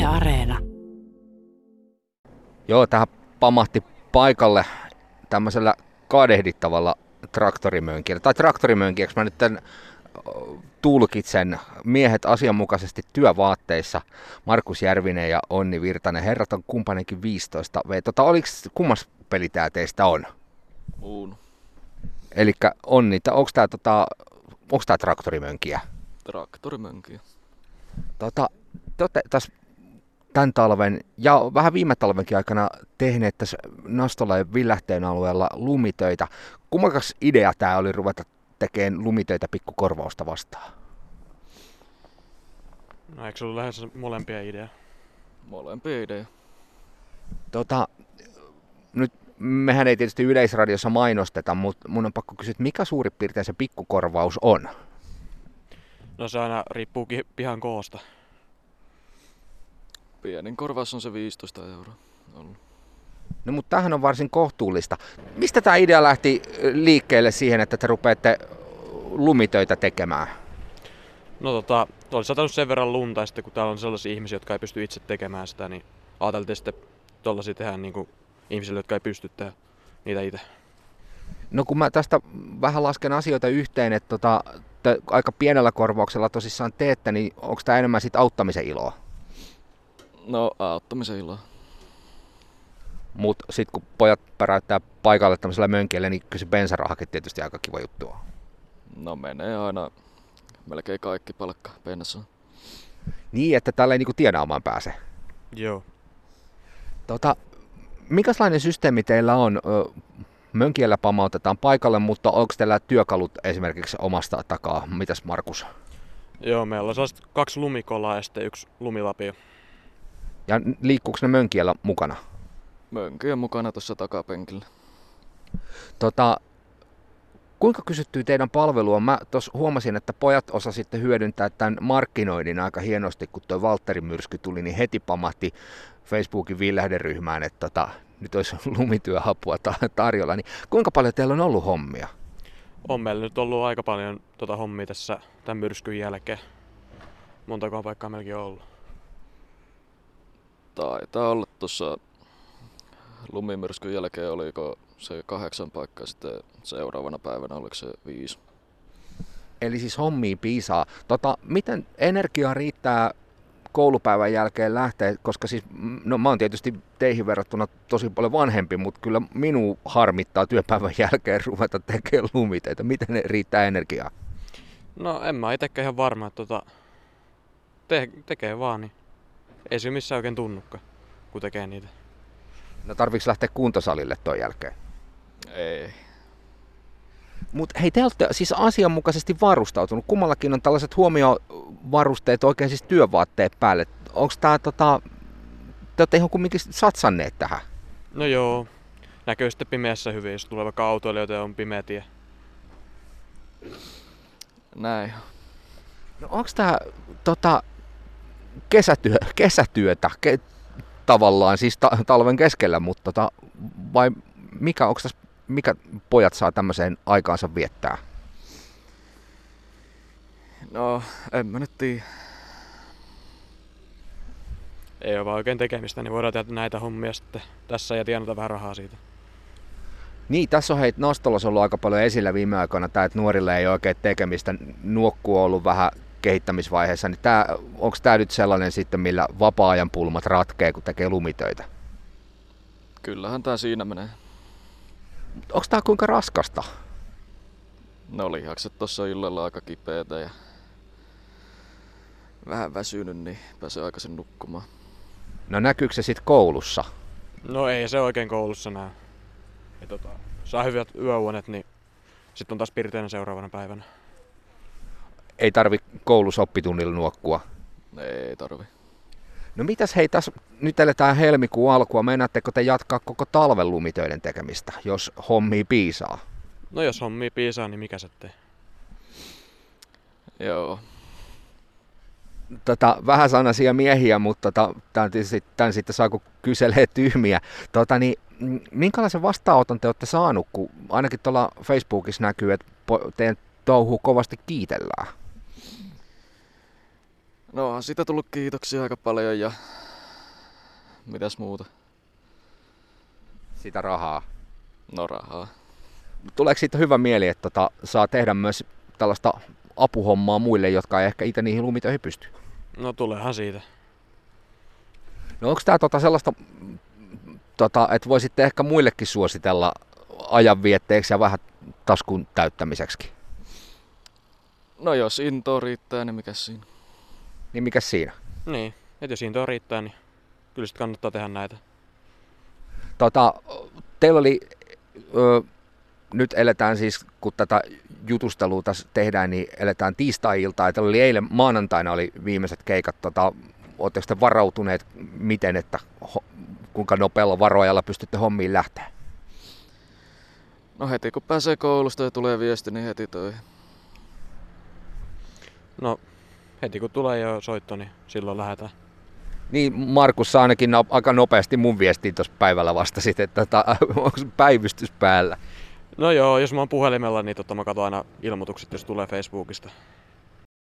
Areena. Joo, tähän pamahti paikalle tämmöisellä kadehdittavalla traktorimönkillä. Tai traktorimönkiäksi mä nyt tämän tulkitsen. Miehet asianmukaisesti työvaatteissa. Markus Järvinen ja Onni Virtanen. Herrat on kumpainenkin 15 V. Kummas peli tää teistä on? Uno. Elikkä Onni, onks tää traktorimönkiä? Traktorimönkiä. Te olette tässä tämän talven ja vähän viime talvenkin aikana tehneet tässä Nastola ja Villähteen alueella lumitöitä. Kummakas idea tämä oli ruveta tekemään lumitöitä pikkukorvausta vastaan? No eikö se ollut lähes molempia idea? Molempia idea. Nyt mehän ei tietysti Yleisradiossa mainosteta, mutta mun on pakko kysyä, että mikä suurin piirtein se pikkukorvaus on? No se aina riippuu pihan koosta. Pienin korvaus on se 15 € ollut. No mutta tämähän on varsin kohtuullista. Mistä tämä idea lähti liikkeelle siihen, että te rupeatte lumitöitä tekemään? No oli satanut sen verran lunta, ja sitten kun täällä on sellaisia ihmisiä, jotka ei pysty itse tekemään sitä, niin ajateltiin sitten tollaisia tehdä niin kuin ihmisille, jotka ei pysty tehdä niitä itse. No kun mä tästä vähän lasken asioita yhteen, että te aika pienellä korvauksella tosissaan teette, niin onko tämä enemmän sit auttamisen iloa? No auttamisen iloa. Mutta sitten kun pojat päräyttää paikalle tämmöisellä mönkillä, niin kyllä se bensarahakin tietysti aika kiva juttu on. No menee aina melkein kaikki palkka bensassa. Niin, että tällä ei niinku tienaamaan pääse. Joo. Minkälainen systeemi teillä on? Mönkiellä pamautetaan paikalle, mutta onko teillä työkalut esimerkiksi omasta takaa? Mitäs Markus? Joo, meillä on sellaiset 2 lumikolaa ja sitten 1 lumilapio. Ja liikkuuko ne mönkiellä mukana? Mönkiä mukana tuossa takapenkillä. Kuinka kysyttyy teidän palvelua? Mä tuossa huomasin, että pojat osasitte hyödyntää tämän markkinoinnin aika hienosti, kun tuo Valtterin myrsky tuli, niin heti pamahti Facebookin Villähden-ryhmään, että nyt olisi lumityöapua tarjolla. Niin kuinka paljon teillä on ollut hommia? On meillä nyt ollut aika paljon hommia tässä tämän myrskyn jälkeen. Montako paikkaa melkein on ollut? Taitaa olla tuossa lumimyrskyn jälkeen, oliko se 8 paikkaa, sitten seuraavana päivänä oliko se 5. Eli siis hommia piisaa. Miten energiaa riittää koulupäivän jälkeen lähteä, koska siis, no mä oon tietysti teihin verrattuna tosi paljon vanhempi, mutta kyllä minua harmittaa työpäivän jälkeen ruveta tekemään lumiteita. Miten ne riittää energiaa? No en mä itekään ihan varma, että tekee vaan, niin ei se missään oikein tunnukaan, kun tekee niitä. No tarviiko lähteä kuntosalille ton jälkeen? Ei. Mutta hei, te olette siis asianmukaisesti varustautunut. Kummallakin on tällaiset huomiovarusteet, oikein siis työvaatteet päälle. Onko tää te olette ihan kumminkin satsanneet tähän? No joo, näkyy sitten pimeässä hyvin, jos tulee vaikka autoilijoita ja on pimeä tie. Näin. No onko tää kesätyötä tavallaan, siis talven keskellä, mutta vai mikä pojat saa tämmöiseen aikaansa viettää? No, en mä nyt tiedä. Ei ole vaan oikein tekemistä, niin voidaan tehdä näitä hommia sitten tässä ja tienata vähän rahaa siitä. Niin, tässä on Nastolassa ollut aika paljon esillä viime aikoina tämä, että nuorille ei oikein tekemistä. Nuokku on ollut vähän kehittämisvaiheessa. Niin onko tämä nyt sellainen sitten, millä vapaa-ajan pulmat ratkee, kun tekee lumitöitä? Kyllähän tää siinä menee. Onko tämä kuinka raskasta? No lihakset tossa illalla aika kipeätä ja vähän väsynyt, niin pääsee aikaisin nukkumaan. No näkyykö se sitten koulussa? No ei se oikein koulussa näy. Saa hyvät yöuonet, niin sitten on taas pirteänä seuraavana päivänä. Ei tarvi koulussa oppitunnilla nuokkua? Ei tarvi. No mitäs hei, tässä nyt eletään helmikuun alkua. Meinaatteko te jatkaa koko talven lumitöiden tekemistä, jos hommia piisaa? No jos hommia piisaa, niin mikä se tee? Joo. Vähän sanaisia miehiä, mutta tämän sitten saa, kun kyselee tyhmiä. Minkälaisen vastaanoton te olette saanut, kun ainakin tuolla Facebookissa näkyy, että teidän touhuu kovasti kiitellään? No on siitä tullut kiitoksia aika paljon ja mitäs muuta? Sitä rahaa. No rahaa. Tuleeko siitä hyvä mieli, että saa tehdä myös tällaista apuhommaa muille, jotka ei ehkä itse niihin lumitöihin pysty? No tuleehan siitä. No onko tämä sellaista, että voisitte ehkä muillekin suositella ajanvietteeksi ja vähän taskun täyttämiseksi? No jos intoa riittää, niin mikäs siinä? Niin mikä siinä? Niin, että jos into riittää, niin kyllä sitten kannattaa tehdä näitä. Teillä oli, nyt eletään siis, kun tätä jutustelua tässä tehdään, niin eletään tiistai-iltaa, ja teillä oli eilen maanantaina oli viimeiset keikat. Oletteko te varautuneet miten, että kuinka nopealla varoajalla pystytte hommiin lähteä? No heti kun pääsee koulusta ja tulee viesti, niin heti töihin. No heti kun tulee jo soitto, niin silloin lähdetään. Niin, Markus, sä ainakin aika nopeasti mun viestiin tuossa päivällä vastasit, että onko päivystys päällä? No joo, jos mä oon puhelimella, niin mä katson aina ilmoitukset, jos tulee Facebookista.